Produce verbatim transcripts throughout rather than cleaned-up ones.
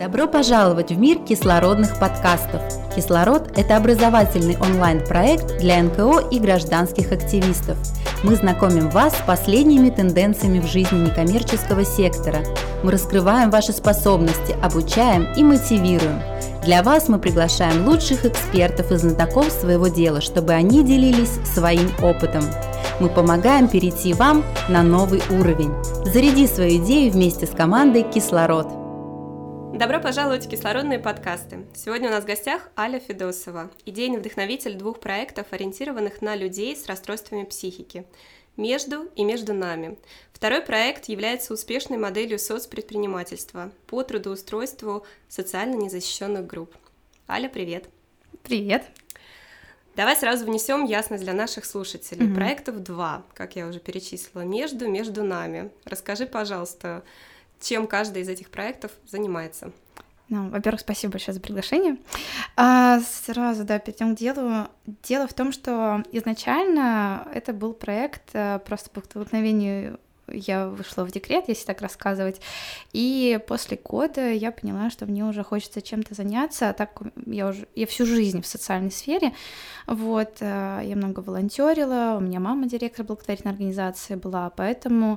Добро пожаловать в мир кислородных подкастов. «Кислород» – это образовательный онлайн-проект для эн ка о и гражданских активистов. Мы знакомим вас с последними тенденциями в жизни некоммерческого сектора. Мы раскрываем ваши способности, обучаем и мотивируем. Для вас мы приглашаем лучших экспертов и знатоков своего дела, чтобы они делились своим опытом. Мы помогаем перейти вам на новый уровень. Заряди свою идею вместе с командой «Кислород». Добро пожаловать в кислородные подкасты. Сегодня у нас в гостях Аля Федосова, идейный вдохновитель двух проектов, ориентированных на людей с расстройствами психики «Между» и «Между нами». Второй проект является успешной моделью соцпредпринимательства по трудоустройству социально незащищенных групп. Аля, привет! Привет! Давай сразу внесем ясность для наших слушателей. Mm-hmm. Проектов два, как я уже перечислила, «Между», «Между нами». Расскажи, пожалуйста, чем каждый из этих проектов занимается. Ну, во-первых, спасибо большое за приглашение. А, сразу, да, перейдем к делу. Дело в том, что изначально это был проект просто по вдохновению. Я вышла в декрет, если так рассказывать, и после года я поняла, что мне уже хочется чем-то заняться, а так я уже я всю жизнь в социальной сфере, вот, я много волонтерила, у меня мама директор благотворительной организации была, поэтому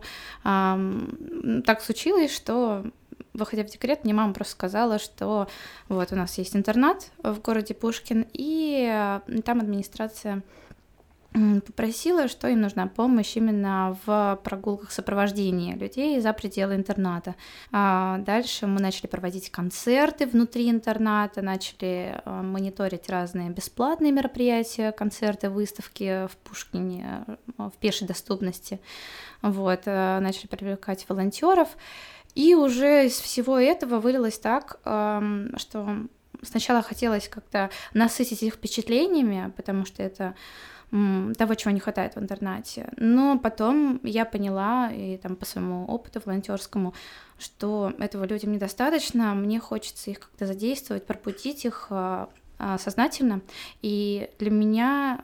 эм, так случилось, что, выходя в декрет, мне мама просто сказала, что вот у нас есть интернат в городе Пушкин, и там администрация попросила, что им нужна помощь именно в прогулках сопровождения людей за пределы интерната. А дальше мы начали проводить концерты внутри интерната, начали мониторить разные бесплатные мероприятия, концерты, выставки в Пушкине в пешей доступности. Вот, начали привлекать волонтеров. И уже из всего этого вылилось так, что сначала хотелось как-то насытить их впечатлениями, потому что это того, чего не хватает в интернате. Но потом я поняла, и там по своему опыту волонтерскому, что этого людям недостаточно, мне хочется их как-то задействовать, пробудить их сознательно. И для меня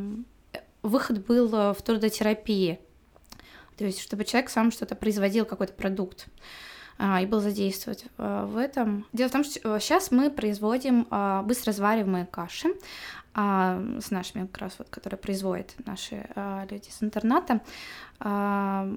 выход был в трудотерапии, то есть чтобы человек сам что-то производил, какой-то продукт, и был задействовать в этом. Дело в том, что сейчас мы производим быстро развариваемые каши, а, с нашими, как раз вот, которые производят наши а, люди с интерната. А,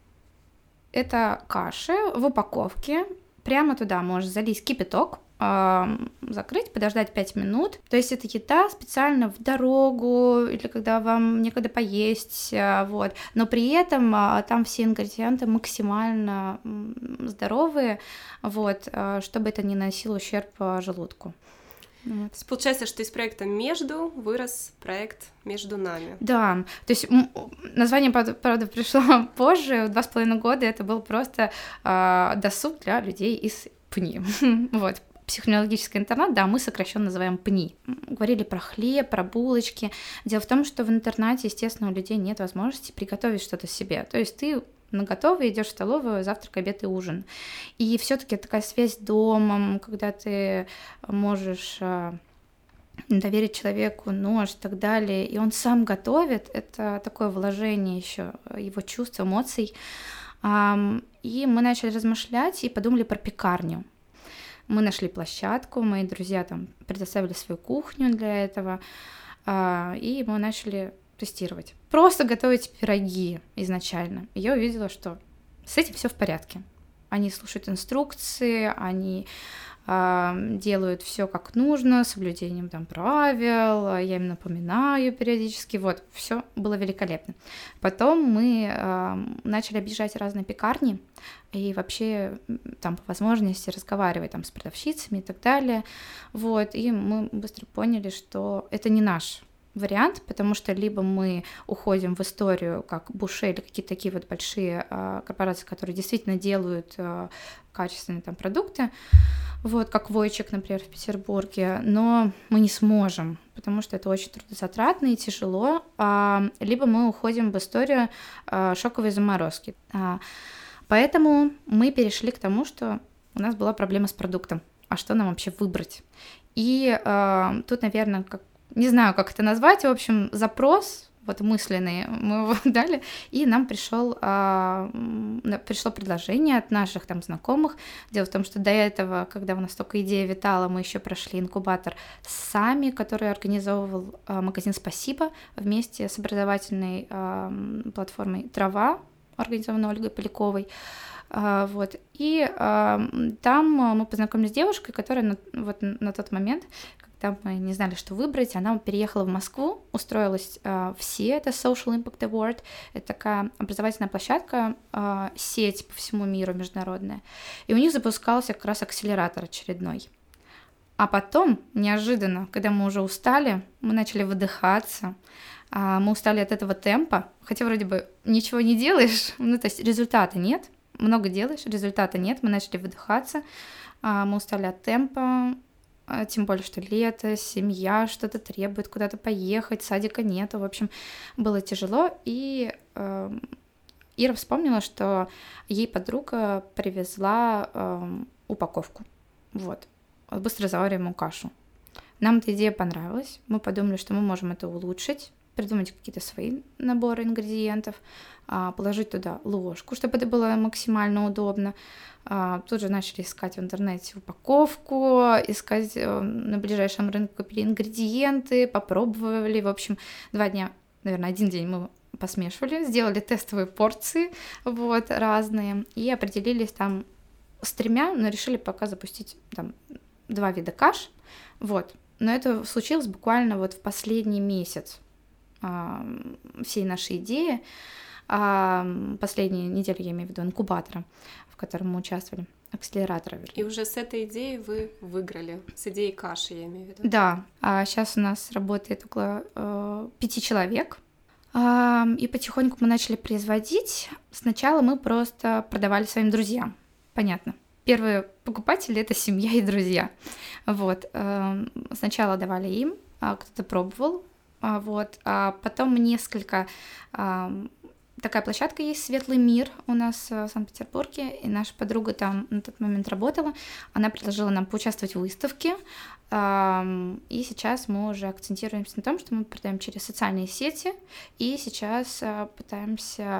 это каши в упаковке. Прямо туда можешь залить кипяток, а, закрыть, подождать пять минут. То есть это еда специально в дорогу или когда вам некогда поесть, а, вот. Но при этом а, там все ингредиенты максимально здоровые, вот, а, чтобы это не наносило ущерб а, желудку. Вот. То есть получается, что из проекта «Между» вырос проект «Между нами». Да, то есть м- название, правда, правда, пришло позже, в два с половиной года это был просто э, досуг для людей из ПНИ. Вот. Психоневрологический интернат, да, мы сокращенно называем ПНИ. Говорили про хлеб, про булочки. Дело в том, что в интернате, естественно, у людей нет возможности приготовить что-то себе. То есть ты наготове идешь в столовую, завтрак, обед и ужин. И все-таки такая связь с домом, когда ты можешь доверить человеку нож и так далее, и он сам готовит, это такое вложение еще его чувств, эмоций. И мы начали размышлять и подумали про пекарню. Мы нашли площадку, мои друзья там предоставили свою кухню для этого, и мы начали тестировать. Просто готовить пироги изначально. И я увидела, что с этим все в порядке. Они слушают инструкции, они э, делают все как нужно, с соблюдением там правил, я им напоминаю периодически. Вот, все было великолепно. Потом мы э, начали объезжать разные пекарни и вообще там по возможности разговаривать там с продавщицами и так далее. Вот, и мы быстро поняли, что это не наш вариант, потому что либо мы уходим в историю как Буше или какие-то такие вот большие а, корпорации, которые действительно делают а, качественные там продукты, вот как Войчик, например, в Петербурге, но мы не сможем, потому что это очень трудозатратно и тяжело, а, либо мы уходим в историю а, шоковой заморозки. А, поэтому мы перешли к тому, что у нас была проблема с продуктом, а что нам вообще выбрать? И а, тут, наверное, как не знаю, как это назвать, в общем, запрос вот мысленный, мы его дали, и нам пришел, а, пришло предложение от наших там знакомых. Дело в том, что до этого, когда у нас только идея витала, мы еще прошли инкубатор сами, который организовывал а, магазин «Спасибо» вместе с образовательной а, платформой «Трава», организованной Ольгой Поляковой. А, вот. И а, там мы познакомились с девушкой, которая на, вот, на тот момент, когда мы не знали, что выбрать, она переехала в Москву, устроилась а, в си, это Social Impact Award, это такая образовательная площадка, а, сеть по всему миру международная, и у них запускался как раз акселератор очередной. А потом, неожиданно, когда мы уже устали, мы начали выдыхаться, а, мы устали от этого темпа, хотя вроде бы ничего не делаешь, ну то есть результата нет, много делаешь, результата нет, мы начали выдыхаться, мы устали от темпа, тем более, что лето, семья что-то требует, куда-то поехать, садика нету, в общем, было тяжело, и э, Ира вспомнила, что ей подруга привезла э, упаковку, вот, быстрозавариваемую кашу. Нам эта идея понравилась, мы подумали, что мы можем это улучшить, придумать какие-то свои наборы ингредиентов, положить туда ложку, чтобы это было максимально удобно. Тут же начали искать в интернете упаковку, искать на ближайшем рынке, купили ингредиенты, попробовали. В общем, два дня, наверное, один день мы посмешивали, сделали тестовые порции, вот, разные, и определились там с тремя, но решили пока запустить там два вида каш, вот. Но это случилось буквально вот в последний месяц всей нашей идеи, последнюю неделю, я имею в виду, инкубатора, в котором мы участвовали, акселератора. И уже с этой идеей вы выиграли, с идеей каши, я имею в виду. Да, а сейчас у нас работает около э, пяти человек, э, и потихоньку мы начали производить. Сначала мы просто продавали своим друзьям, понятно. Первые покупатели — это семья и друзья. Вот. Э, сначала давали им, а кто-то пробовал, а, вот, а потом несколько... А, такая площадка есть, «Светлый мир» у нас в Санкт-Петербурге, и наша подруга там на тот момент работала. Она предложила нам поучаствовать в выставке, э, и сейчас мы уже акцентируемся на том, что мы продаем через социальные сети, и сейчас э, пытаемся...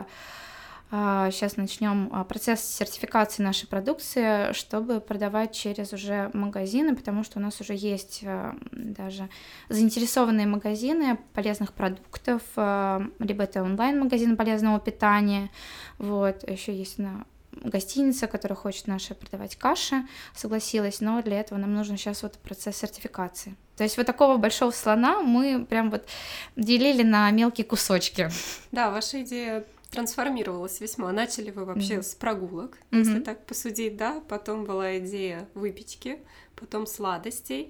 Сейчас начнем процесс сертификации нашей продукции, чтобы продавать через уже магазины, потому что у нас уже есть даже заинтересованные магазины полезных продуктов, либо это онлайн-магазин полезного питания, вот, еще есть на гостиница, которая хочет наши продавать каши, согласилась, но для этого нам нужен сейчас вот процесс сертификации. То есть вот такого большого слона мы прям вот делили на мелкие кусочки. Да, ваша идея трансформировалась весьма. Начали вы вообще mm-hmm. с прогулок, mm-hmm. если так посудить, да, потом была идея выпечки, потом сладостей,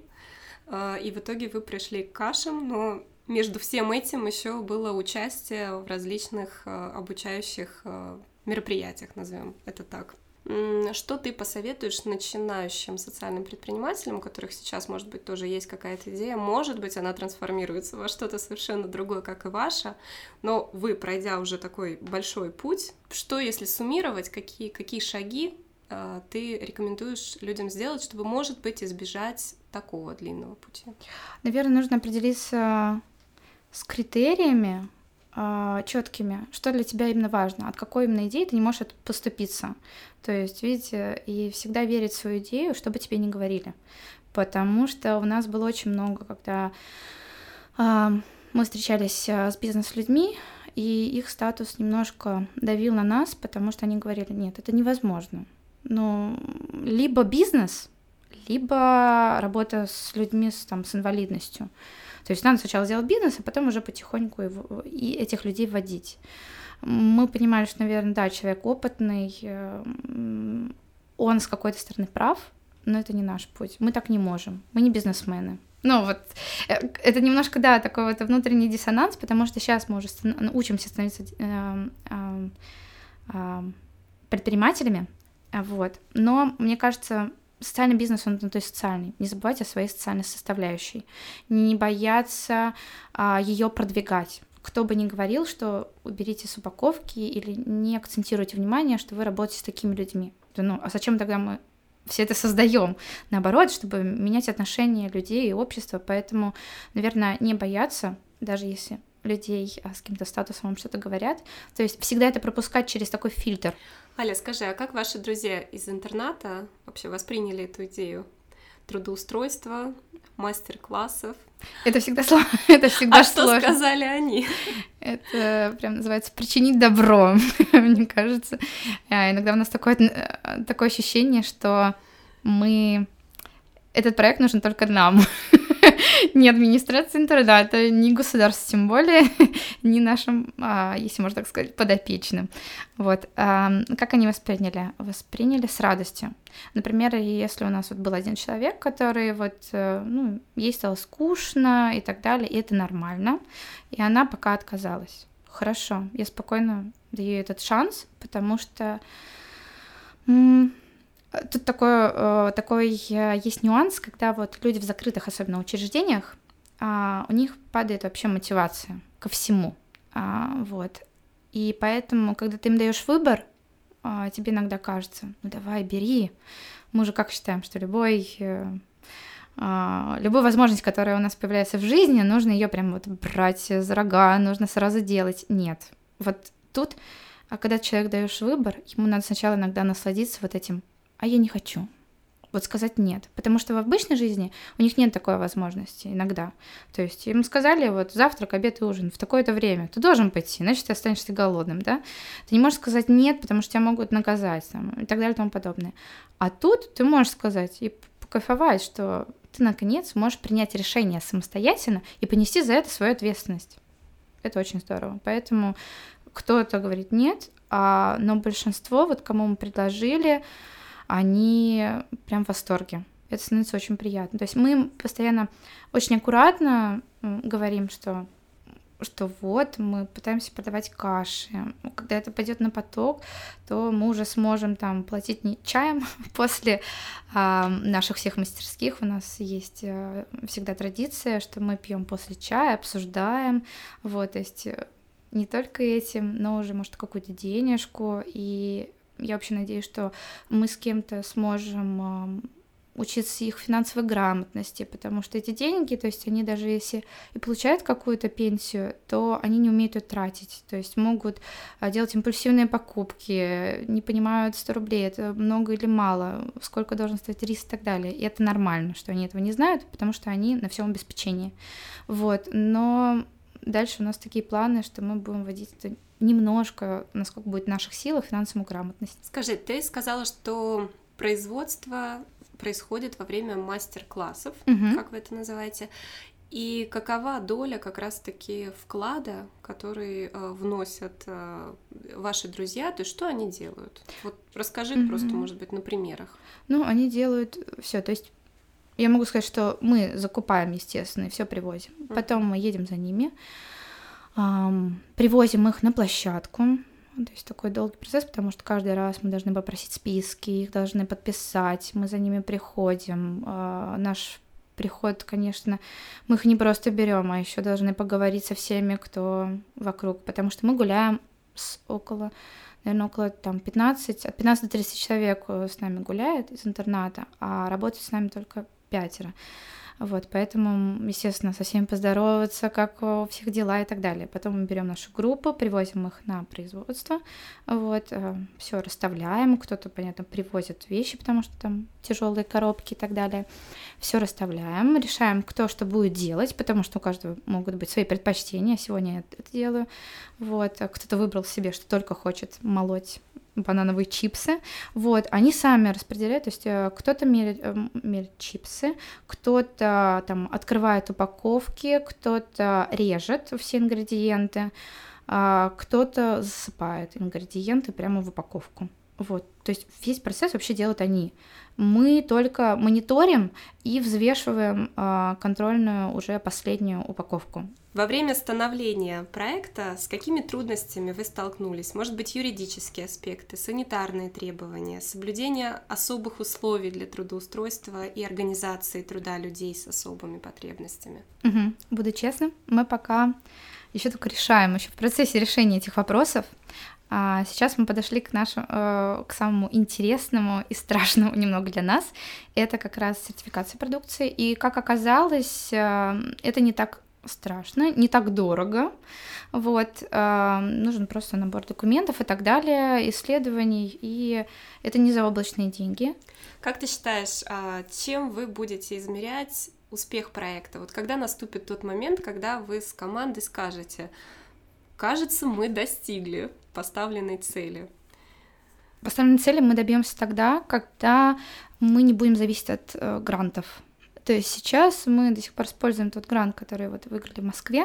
и в итоге вы пришли к кашам, но между всем этим еще было участие в различных обучающих мероприятиях, назовем это так. Что ты посоветуешь начинающим социальным предпринимателям, у которых сейчас, может быть, тоже есть какая-то идея, может быть, она трансформируется во что-то совершенно другое, как и ваша, но вы, пройдя уже такой большой путь, что, если суммировать, какие, какие шаги э, ты рекомендуешь людям сделать, чтобы, может быть, избежать такого длинного пути? Наверное, нужно определиться с критериями, четкими, что для тебя именно важно, от какой именно идеи ты не можешь поступиться. То есть, видите, и всегда верить в свою идею, что бы тебе ни говорили. Потому что у нас было очень много, когда э, мы встречались с бизнес-людьми, и их статус немножко давил на нас, потому что они говорили: нет, это невозможно. Ну, либо бизнес, либо работа с людьми с, там, с инвалидностью. То есть надо сначала сделать бизнес, а потом уже потихоньку его, и этих людей вводить. Мы понимали, что, наверное, да, человек опытный, он с какой-то стороны прав, но это не наш путь. Мы так не можем, мы не бизнесмены. Ну вот, это немножко, да, такой вот внутренний диссонанс, потому что сейчас мы уже станов... учимся становиться э, э, э, предпринимателями, вот. Но мне кажется, социальный бизнес, он, ну, то есть социальный. Не забывайте о своей социальной составляющей. Не бояться а, ее продвигать. Кто бы ни говорил, что уберите с упаковки или не акцентируйте внимание, что вы работаете с такими людьми. Ну, а зачем тогда мы все это создаем? Наоборот, чтобы менять отношения людей и общества. Поэтому, наверное, не бояться, даже если людей а, с каким-то статусом вам что-то говорят. То есть всегда это пропускать через такой фильтр. Аля, скажи, а как ваши друзья из интерната вообще восприняли эту идею трудоустройства, мастер-классов? Это всегда сложно. Это всегда а сложно. Что сказали они? Это прям называется причинить добро, мне кажется. А иногда у нас такое, такое ощущение, что мы... Этот проект нужен только нам. Не администрации интерната, не государству, тем более, не нашим, а, если можно так сказать, подопечным. Вот. А, как они восприняли? Восприняли с радостью. Например, если у нас вот был один человек, который вот, ну, ей стало скучно и так далее, и это нормально, и она пока отказалась. Хорошо, я спокойно даю ей этот шанс, потому что... М- Тут такой, такой есть нюанс, когда вот люди в закрытых, особенно учреждениях, у них падает вообще мотивация ко всему, вот. И поэтому, когда ты им даешь выбор, тебе иногда кажется, ну давай, бери. Мы же как считаем, что любой, любую возможность, которая у нас появляется в жизни, нужно ее прям вот брать за рога, нужно сразу делать. Нет. Вот тут, когда человек даешь выбор, ему надо сначала иногда насладиться вот этим. А я не хочу. Вот сказать нет. Потому что в обычной жизни у них нет такой возможности иногда. То есть им сказали, вот завтрак, обед и ужин в такое-то время. Ты должен пойти, иначе ты останешься голодным, да? Ты не можешь сказать нет, потому что тебя могут наказать там, и так далее и тому подобное. А тут ты можешь сказать и покайфовать, что ты, наконец, можешь принять решение самостоятельно и понести за это свою ответственность. Это очень здорово. Поэтому кто-то говорит нет, а, но большинство, вот кому мы предложили, они прям в восторге. Это становится очень приятно. То есть мы им постоянно очень аккуратно говорим, что, что вот, мы пытаемся продавать каши. Когда это пойдет на поток, то мы уже сможем там платить не чаем после а, наших всех мастерских. У нас есть а, всегда традиция, что мы пьем после чая, обсуждаем. Вот, то есть не только этим, но уже, может, какую-то денежку. И я вообще надеюсь, что мы с кем-то сможем учиться их финансовой грамотности, потому что эти деньги, то есть они даже если и получают какую-то пенсию, то они не умеют ее тратить, то есть могут делать импульсивные покупки, не понимают сто рублей, это много или мало, сколько должен стоить рис и так далее. И это нормально, что они этого не знают, потому что они на всем обеспечении. Вот, но дальше у нас такие планы, что мы будем вводить это немножко, насколько будет в наших силах, финансовую грамотность. Скажи, ты сказала, что производство происходит во время мастер-классов, угу. как вы это называете, и какова доля как раз-таки вклада, который э, вносят э, ваши друзья, то есть что они делают? Вот расскажи угу. просто, может быть, на примерах. Ну, они делают все, то есть я могу сказать, что мы закупаем, естественно, и все привозим, угу. потом мы едем за ними, эм, привозим их на площадку. То есть такой долгий процесс, потому что каждый раз мы должны попросить списки, их должны подписать, мы за ними приходим. Наш приход, конечно, мы их не просто берем, а еще должны поговорить со всеми, кто вокруг, потому что мы гуляем с около, наверное, около там, пятнадцати, от пятнадцати до тридцати человек с нами гуляет из интерната, а работает с нами только пятеро. Вот, поэтому, естественно, со всеми поздороваться, как у всех дела и так далее. Потом мы берем нашу группу, привозим их на производство, вот, все расставляем, кто-то, понятно, привозит вещи, потому что там тяжелые коробки и так далее. Все расставляем, решаем, кто что будет делать, потому что у каждого могут быть свои предпочтения. Сегодня я это делаю. Вот, кто-то выбрал себе, что только хочет молоть банановые чипсы, вот, они сами распределяют, то есть кто-то мерит, мерит чипсы, кто-то там открывает упаковки, кто-то режет все ингредиенты, а кто-то засыпает ингредиенты прямо в упаковку, вот, то есть весь процесс вообще делают они. Мы только мониторим и взвешиваем а, контрольную уже последнюю упаковку. Во время становления проекта с какими трудностями вы столкнулись? Может быть, юридические аспекты, санитарные требования, соблюдение особых условий для трудоустройства и организации труда людей с особыми потребностями? Угу. Буду честна, мы пока еще только решаем, еще в процессе решения этих вопросов. А сейчас мы подошли к нашему, э, к самому интересному и страшному немного для нас. Это как раз сертификация продукции. И, как оказалось, э, это не так страшно, не так дорого, вот, э, нужен просто набор документов и так далее, исследований, и это не заоблачные деньги. Как ты считаешь, чем вы будете измерять успех проекта? Вот когда наступит тот момент, когда вы с командой скажете: кажется, мы достигли поставленной цели? Поставленной цели мы добьемся тогда, когда мы не будем зависеть от э, грантов. То есть сейчас мы до сих пор используем тот грант, который вот выиграли в Москве,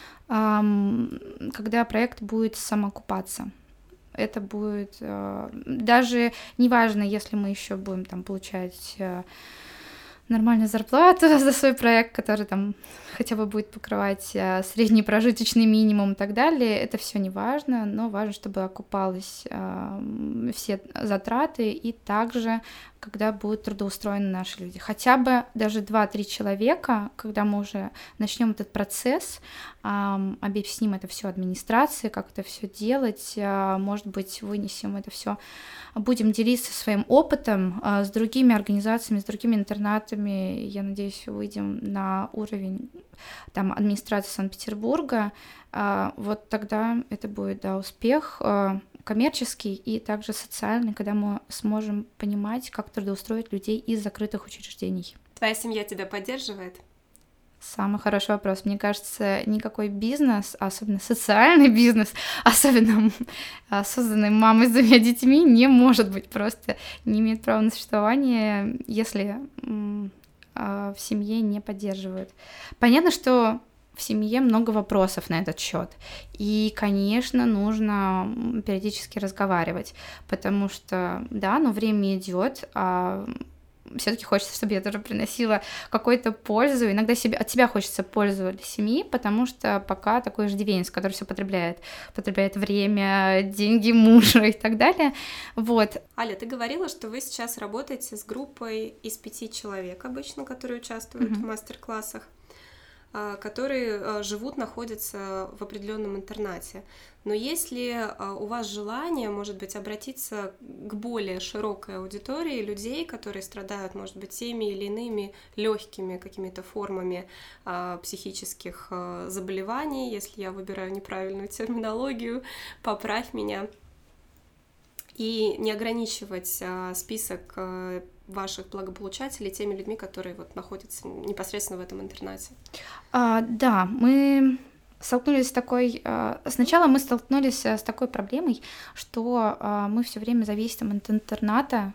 эм, когда проект будет самоокупаться. Это будет э, даже неважно, если мы еще будем там получать э, нормальную зарплату за свой проект, который там хотя бы будет покрывать э, средний прожиточный минимум и так далее. Это все не важно, но важно, чтобы окупалось э, все затраты, и также, когда будут трудоустроены наши люди. Хотя бы даже два-три человека, когда мы уже начнем этот процесс, э, объясним это все администрации, как это все делать, э, может быть, вынесем это все, будем делиться своим опытом э, с другими организациями, с другими интернатами. Я надеюсь, выйдем на уровень там администрации Санкт-Петербурга, э, вот тогда это будет, да, успех э, коммерческий и также социальный, когда мы сможем понимать, как трудоустроить людей из закрытых учреждений. Твоя семья тебя поддерживает? Самый хороший вопрос. Мне кажется, никакой бизнес, особенно социальный бизнес, особенно созданный мамой с двумя детьми, не может быть, просто не имеет права на существование, если в семье не поддерживают. Понятно, что в семье много вопросов на этот счет, и, конечно, нужно периодически разговаривать, потому что, да, но время идет, а все-таки хочется, чтобы я тоже приносила какую-то пользу. Иногда себе, от себя хочется пользу для семьи, потому что пока такой иждивенец, который все потребляет, потребляет время, деньги мужа и так далее. Вот. Аля, ты говорила, что вы сейчас работаете с группой из пяти человек обычно, которые участвуют mm-hmm. в мастер-классах, которые живут, находятся в определенном интернате. Но есть ли у вас желание, может быть, обратиться к более широкой аудитории людей, которые страдают, может быть, теми или иными легкими какими-то формами а, психических а, заболеваний, если я выбираю неправильную терминологию, поправь меня, и не ограничивать а, список а, ваших благополучателей теми людьми, которые вот находятся непосредственно в этом интернате? А, да, мы столкнулись с такой... Сначала мы столкнулись с такой проблемой, что мы все время зависим от интерната.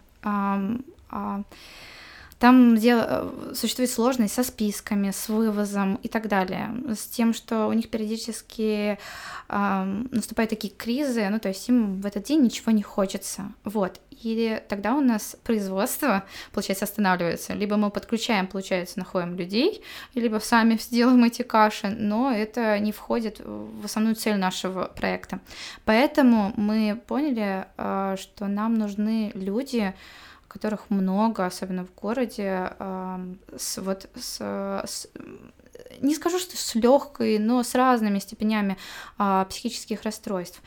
Там существует сложность со списками, с вывозом и так далее, с тем, что у них периодически наступают такие кризы, ну, то есть им в этот день ничего не хочется, вот. И тогда у нас производство, получается, останавливается. Либо мы подключаем, получается, находим людей, либо сами сделаем эти каши, но это не входит в основную цель нашего проекта. Поэтому мы поняли, что нам нужны люди, которых много, особенно в городе, с, вот, с, с, не скажу, что с легкой, но с разными степенями психических расстройств.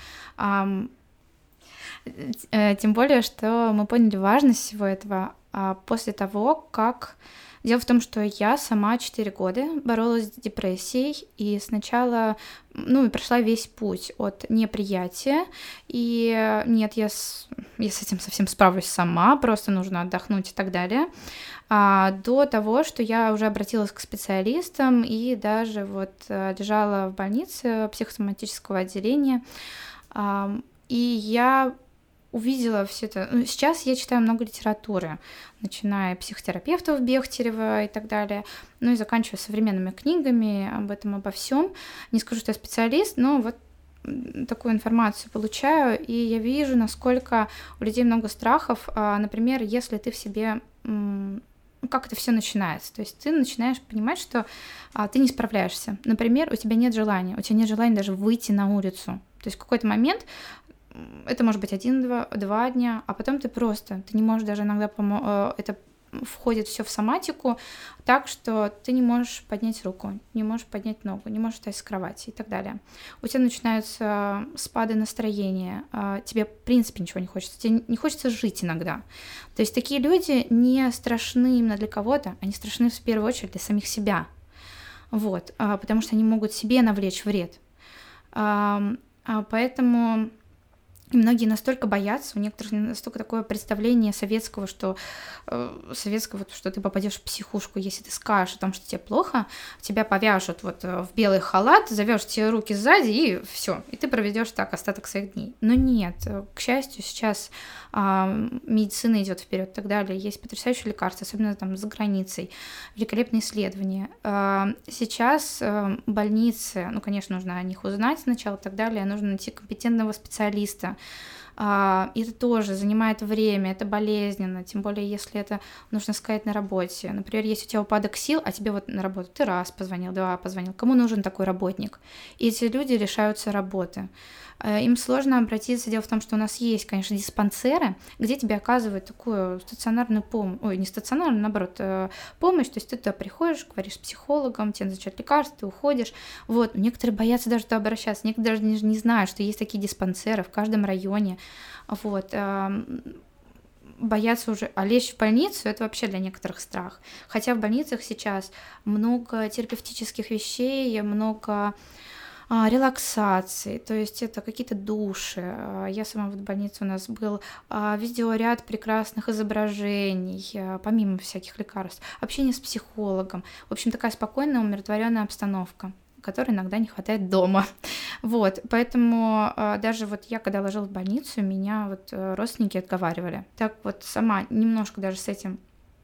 Тем более, что мы поняли важность всего этого после того, как... Дело в том, что я сама четыре года боролась с депрессией, и сначала, ну, и прошла весь путь от неприятия, и нет, я с, я с этим совсем справлюсь сама, просто нужно отдохнуть и так далее, а, до того, что я уже обратилась к специалистам и даже вот лежала в больнице психосоматического отделения, а, и я увидела все это. Ну, сейчас я читаю много литературы, начиная психотерапевтов Бехтерева и так далее, ну и заканчивая современными книгами об этом, обо всем. Не скажу, что я специалист, но вот такую информацию получаю, и я вижу, насколько у людей много страхов. Например, если ты в себе... как это все начинается. То есть ты начинаешь понимать, что а, ты не справляешься. Например, у тебя нет желания, у тебя нет желания даже выйти на улицу. То есть в какой-то момент это может быть один-два два дня, а потом ты просто, ты не можешь даже иногда, помо- это входит все в соматику, так что ты не можешь поднять руку, не можешь поднять ногу, не можешь встать с кровати и так далее. У тебя начинаются спады настроения, тебе в принципе ничего не хочется, тебе не хочется жить иногда. То есть такие люди не страшны именно для кого-то, они страшны в первую очередь для самих себя. вот, потому что они могут себе навлечь вред. Поэтому многие настолько боятся, у некоторых настолько такое представление советского, что советского, что ты попадешь в психушку, если ты скажешь о том, что тебе плохо, тебя повяжут вот в белый халат, завяжут тебе руки сзади, и все, и ты проведешь так остаток своих дней. Но нет, к счастью, сейчас а, медицина идет вперед и так далее, есть потрясающие лекарства, особенно там за границей, великолепные исследования. А, сейчас а, больницы, ну, конечно, нужно о них узнать сначала и так далее, нужно найти компетентного специалиста. Uh, это тоже занимает время, это болезненно, тем более, если это нужно сказать на работе. Например, если у тебя упадок сил, а тебе вот на работу ты раз позвонил, два позвонил. Кому нужен такой работник? И эти люди лишаются работы. Uh, им сложно обратиться. Дело в том, что у нас есть, конечно, диспансеры, где тебе оказывают такую стационарную помощь, ой, не стационарную, наоборот, помощь. То есть ты туда приходишь, говоришь с психологом, тебе назначают лекарства, ты уходишь. Вот. Некоторые боятся даже туда обращаться, некоторые даже не, не знают, что есть такие диспансеры в каждом районе. Вот, боятся уже, а лечь в больницу — это вообще для некоторых страх. Хотя в больницах сейчас много терапевтических вещей, много а, релаксации, то есть это какие-то души. Я сама в больнице, у нас был а, видеоряд прекрасных изображений, а, помимо всяких лекарств, общение с психологом. В общем, такая спокойная, умиротворенная обстановка, которой иногда не хватает дома. Вот, поэтому э, даже вот я, когда ложилась в больницу, меня вот э, родственники отговаривали. Так вот сама немножко даже с этим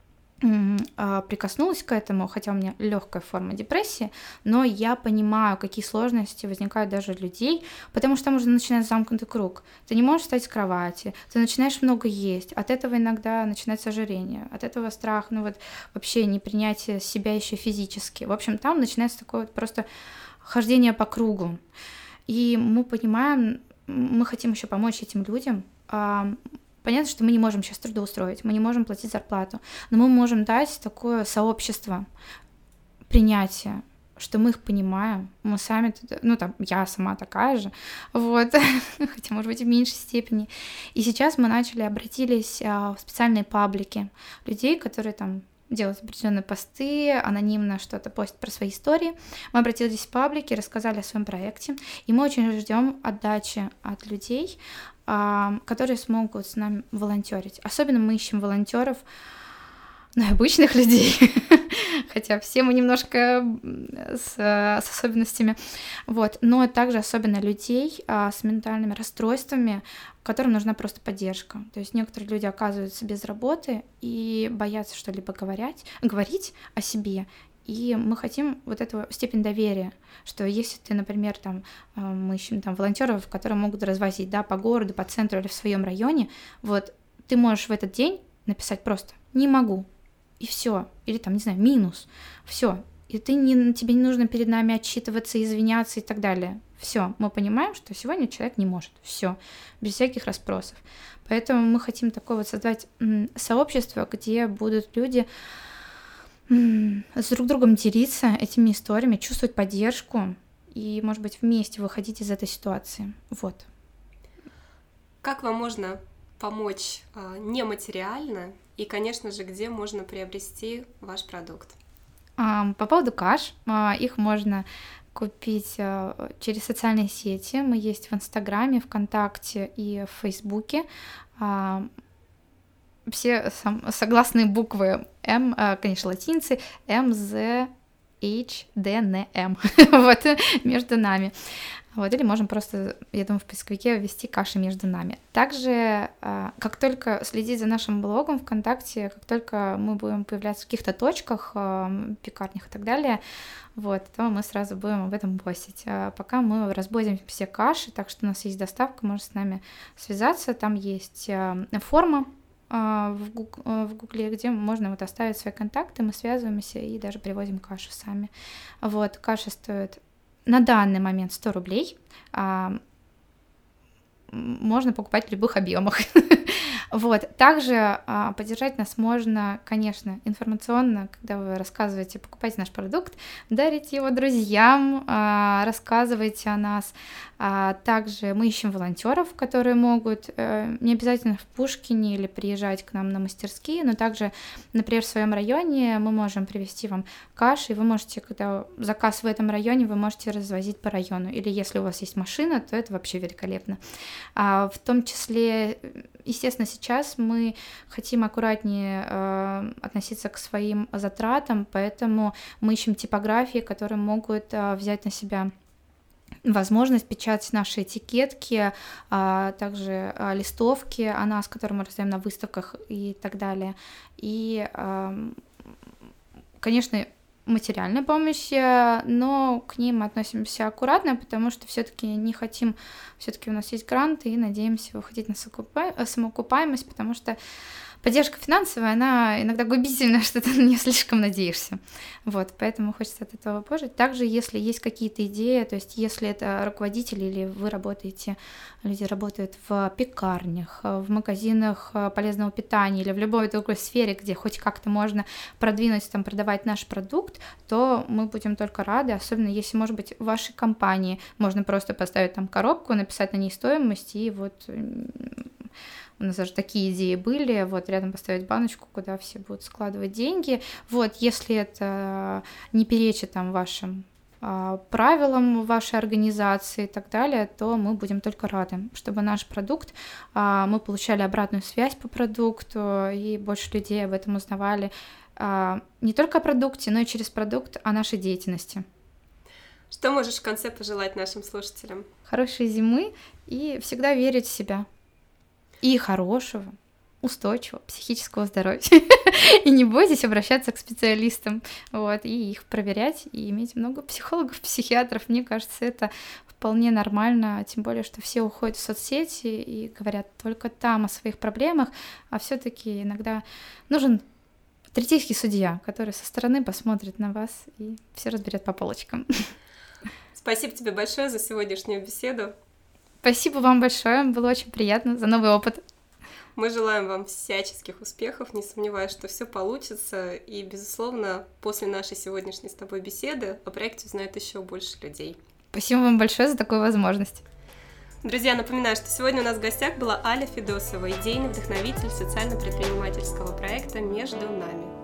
э, прикоснулась к этому, хотя у меня легкая форма депрессии, но я понимаю, какие сложности возникают даже у людей, потому что там уже начинается замкнутый круг. Ты не можешь встать с кровати, ты начинаешь много есть, от этого иногда начинается ожирение, от этого страх, ну вот вообще непринятие себя еще физически. В общем, там начинается такое вот просто хождение по кругу. И мы понимаем, мы хотим еще помочь этим людям. Понятно, что мы не можем сейчас трудоустроить, мы не можем платить зарплату, но мы можем дать такое сообщество принятия, что мы их понимаем, мы сами, ну там, я сама такая же, вот, хотя, может быть, в меньшей степени. И сейчас мы начали, обратились в специальные паблики людей, которые там делать определенные посты, анонимно что-то постить про свои истории. Мы обратились в паблики, рассказали о своем проекте, и мы очень ждем отдачи от людей, которые смогут с нами волонтерить. Особенно мы ищем волонтеров, ну, обычных людей, хотя все мы немножко с, с особенностями, вот, но также особенно людей а, с ментальными расстройствами, которым нужна просто поддержка. То есть некоторые люди оказываются без работы и боятся что-либо говорить, говорить о себе. И мы хотим вот эту степень доверия, что если ты, например, там, мы ищем там волонтеров, которые могут развозить, да, по городу, по центру или в своем районе, вот, ты можешь в этот день написать просто «не могу», и все, или там, не знаю, минус, все, и ты не, тебе не нужно перед нами отчитываться, извиняться и так далее. Все, мы понимаем, что сегодня человек не может, все, без всяких расспросов. Поэтому мы хотим такое вот создать м, сообщество, где будут люди м, с друг другом делиться этими историями, чувствовать поддержку и, может быть, вместе выходить из этой ситуации. Вот. Как вам можно помочь а, нематериально? И, конечно же, где можно приобрести ваш продукт? По поводу каш, их можно купить через социальные сети. Мы есть в Инстаграме, ВКонтакте и в Фейсбуке. Все согласные буквы М, конечно, латиницы, М, З, H, D, N, M. Вот, между нами. Вот, или можем просто, я думаю, в поисковике ввести «Каши между нами». Также, как только следить за нашим блогом ВКонтакте, как только мы будем появляться в каких-то точках, пекарнях и так далее, вот, то мы сразу будем об этом постить. Пока мы развозим все каши, так что у нас есть доставка, можно с нами связаться. Там есть форма в Гугле, где можно вот оставить свои контакты, мы связываемся и даже привозим кашу сами. Вот, каша стоит на данный момент сто рублей, а, можно покупать в любых объемах. Вот. Также а, поддержать нас можно, конечно, информационно, когда вы рассказываете, покупайте наш продукт, дарите его друзьям, а, рассказывайте о нас. А, также мы ищем волонтеров, которые могут э, не обязательно в Пушкине или приезжать к нам на мастерские, но также, например, в своем районе мы можем привезти вам каш, и вы можете, когда заказ в этом районе, вы можете развозить по району. Или если у вас есть машина, то это вообще великолепно. А, в том числе, естественно, сейчас мы хотим аккуратнее э, относиться к своим затратам, поэтому мы ищем типографии, которые могут э, взять на себя возможность печатать наши этикетки, а также а, листовки о нас, которые мы раздаем на выставках и так далее. И, а, конечно, материальная помощь, но к ним мы относимся аккуратно, потому что все-таки не хотим, все-таки у нас есть гранты и надеемся выходить на самоокупаемость, потому что поддержка финансовая, она иногда губительна, что ты на нее слишком надеешься. Вот, поэтому хочется от этого пожить. Также, если есть какие-то идеи, то есть если это руководитель или вы работаете, люди работают в пекарнях, в магазинах полезного питания или в любой другой сфере, где хоть как-то можно продвинуть, там, продавать наш продукт, то мы будем только рады, особенно если, может быть, в вашей компании можно просто поставить там коробку, написать на ней стоимость и вот... У нас даже такие идеи были, вот рядом поставить баночку, куда все будут складывать деньги. Вот, если это не перечит там вашим а, правилам вашей организации и так далее, то мы будем только рады, чтобы наш продукт, а, мы получали обратную связь по продукту, и больше людей об этом узнавали а, не только о продукте, но и через продукт о нашей деятельности. Что можешь в конце пожелать нашим слушателям? Хорошей зимы и всегда верить в себя. И хорошего, устойчивого психического здоровья. И не бойтесь обращаться к специалистам, вот, и их проверять, и иметь много психологов, психиатров. Мне кажется, это вполне нормально, тем более, что все уходят в соцсети и говорят только там о своих проблемах, а все-таки иногда нужен третейский судья, который со стороны посмотрит на вас и все разберет по полочкам. Спасибо тебе большое за сегодняшнюю беседу. Спасибо вам большое, было очень приятно, за новый опыт. Мы желаем вам всяческих успехов, не сомневаюсь, что все получится, и, безусловно, после нашей сегодняшней с тобой беседы о проекте узнает еще больше людей. Спасибо вам большое за такую возможность. Друзья, напоминаю, что сегодня у нас в гостях была Аля Федосова, идейный вдохновитель социально-предпринимательского проекта «Между нами».